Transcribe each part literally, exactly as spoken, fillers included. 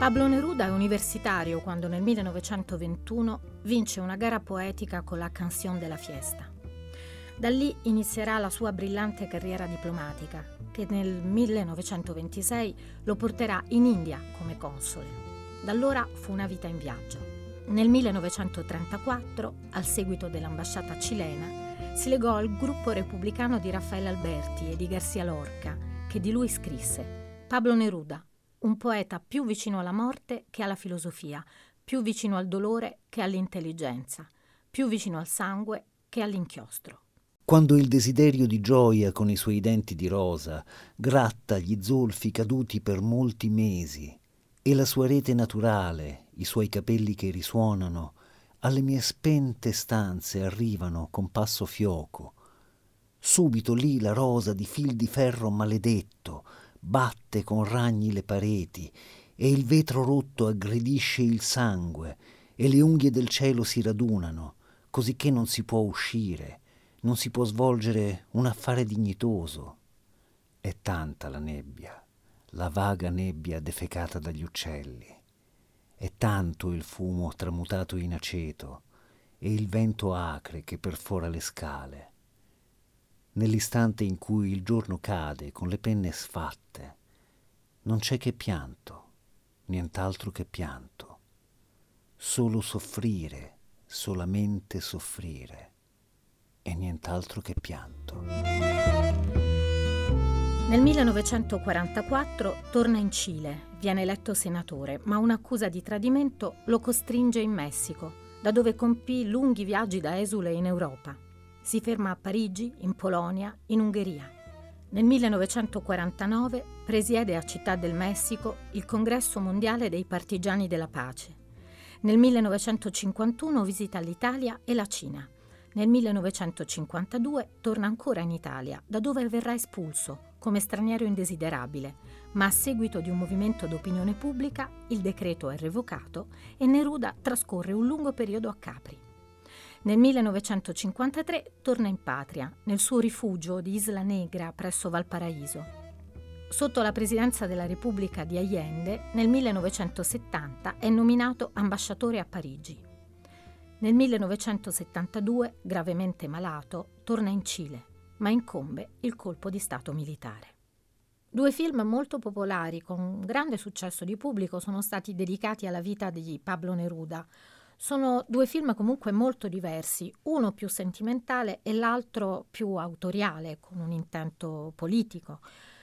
Pablo Neruda è universitario quando nel millenovecentoventuno vince una gara poetica con la Canción de la Fiesta. Da lì inizierà la sua brillante carriera diplomatica, che nel millenovecentoventisei lo porterà in India come console. Da allora fu una vita in viaggio. Nel millenovecentotrentaquattro, al seguito dell'ambasciata cilena, si legò al gruppo repubblicano di Rafael Alberti e di García Lorca, che di lui scrisse: Pablo Neruda, un poeta più vicino alla morte che alla filosofia, più vicino al dolore che all'intelligenza, più vicino al sangue che all'inchiostro. Quando il desiderio di gioia con i suoi denti di rosa gratta gli zolfi caduti per molti mesi e la sua rete naturale, i suoi capelli che risuonano, alle mie spente stanze arrivano con passo fioco. Subito lì la rosa di fil di ferro maledetto batte con ragni le pareti e il vetro rotto aggredisce il sangue e le unghie del cielo si radunano, cosicché non si può uscire, non si può svolgere un affare dignitoso. È tanta la nebbia, la vaga nebbia defecata dagli uccelli. È tanto il fumo tramutato in aceto e il vento acre che perfora le scale. Nell'istante in cui il giorno cade con le penne sfatte, non c'è che pianto, nient'altro che pianto. Solo soffrire, solamente soffrire, e nient'altro che pianto. Nel millenovecentoquarantaquattro torna in Cile, viene eletto senatore, ma un'accusa di tradimento lo costringe in Messico, da dove compì lunghi viaggi da esule in Europa. Si ferma a Parigi, in Polonia, in Ungheria. Nel millenovecentoquarantanove presiede a Città del Messico il Congresso Mondiale dei Partigiani della Pace. Nel millenovecentocinquantuno visita l'Italia e la Cina. Nel millenovecentocinquantadue torna ancora in Italia, da dove verrà espulso come straniero indesiderabile, ma a seguito di un movimento d'opinione pubblica il decreto è revocato e Neruda trascorre un lungo periodo a Capri. Nel millenovecentocinquantatré torna in patria, nel suo rifugio di Isla Negra presso Valparaíso. Sotto la presidenza della Repubblica di Allende, nel millenovecentosettanta è nominato ambasciatore a Parigi. Nel millenovecentosettantadue, gravemente malato, torna in Cile, ma incombe il colpo di stato militare. Due film molto popolari con grande successo di pubblico sono stati dedicati alla vita di Pablo Neruda. Sono due film comunque molto diversi, uno più sentimentale e l'altro più autoriale, con un intento politico.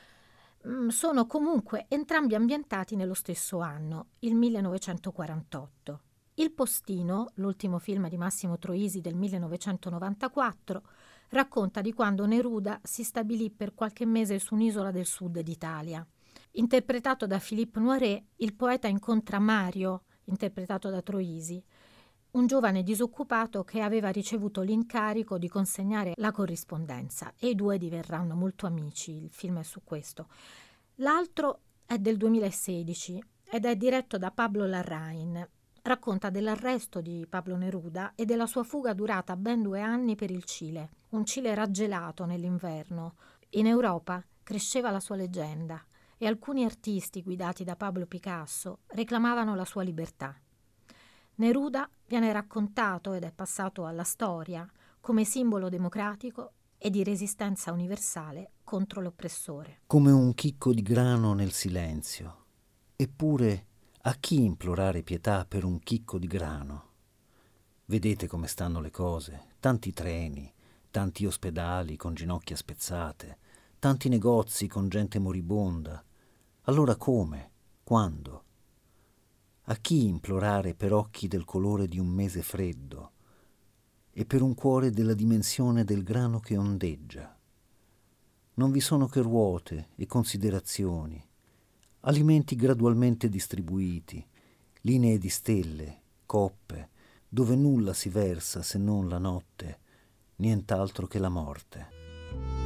Sono comunque entrambi ambientati nello stesso anno, il millenovecentoquarantotto. Il Postino, l'ultimo film di Massimo Troisi del millenovecentonovantaquattro, racconta di quando Neruda si stabilì per qualche mese su un'isola del sud d'Italia. Interpretato da Philippe Noiret, il poeta incontra Mario, interpretato da Troisi, un giovane disoccupato che aveva ricevuto l'incarico di consegnare la corrispondenza, e i due diverranno molto amici. Il film è su questo. L'altro è del duemilasedici ed è diretto da Pablo Larraín. Racconta dell'arresto di Pablo Neruda e della sua fuga durata ben due anni per il Cile, un Cile raggelato nell'inverno. In Europa cresceva la sua leggenda e alcuni artisti guidati da Pablo Picasso reclamavano la sua libertà. Neruda viene raccontato ed è passato alla storia come simbolo democratico e di resistenza universale contro l'oppressore. Come un chicco di grano nel silenzio. Eppure, a chi implorare pietà per un chicco di grano? Vedete come stanno le cose, tanti treni, tanti ospedali con ginocchia spezzate, tanti negozi con gente moribonda. Allora come? Quando? A chi implorare per occhi del colore di un mese freddo e per un cuore della dimensione del grano che ondeggia? Non vi sono che ruote e considerazioni, alimenti gradualmente distribuiti, linee di stelle, coppe, dove nulla si versa se non la notte, nient'altro che la morte.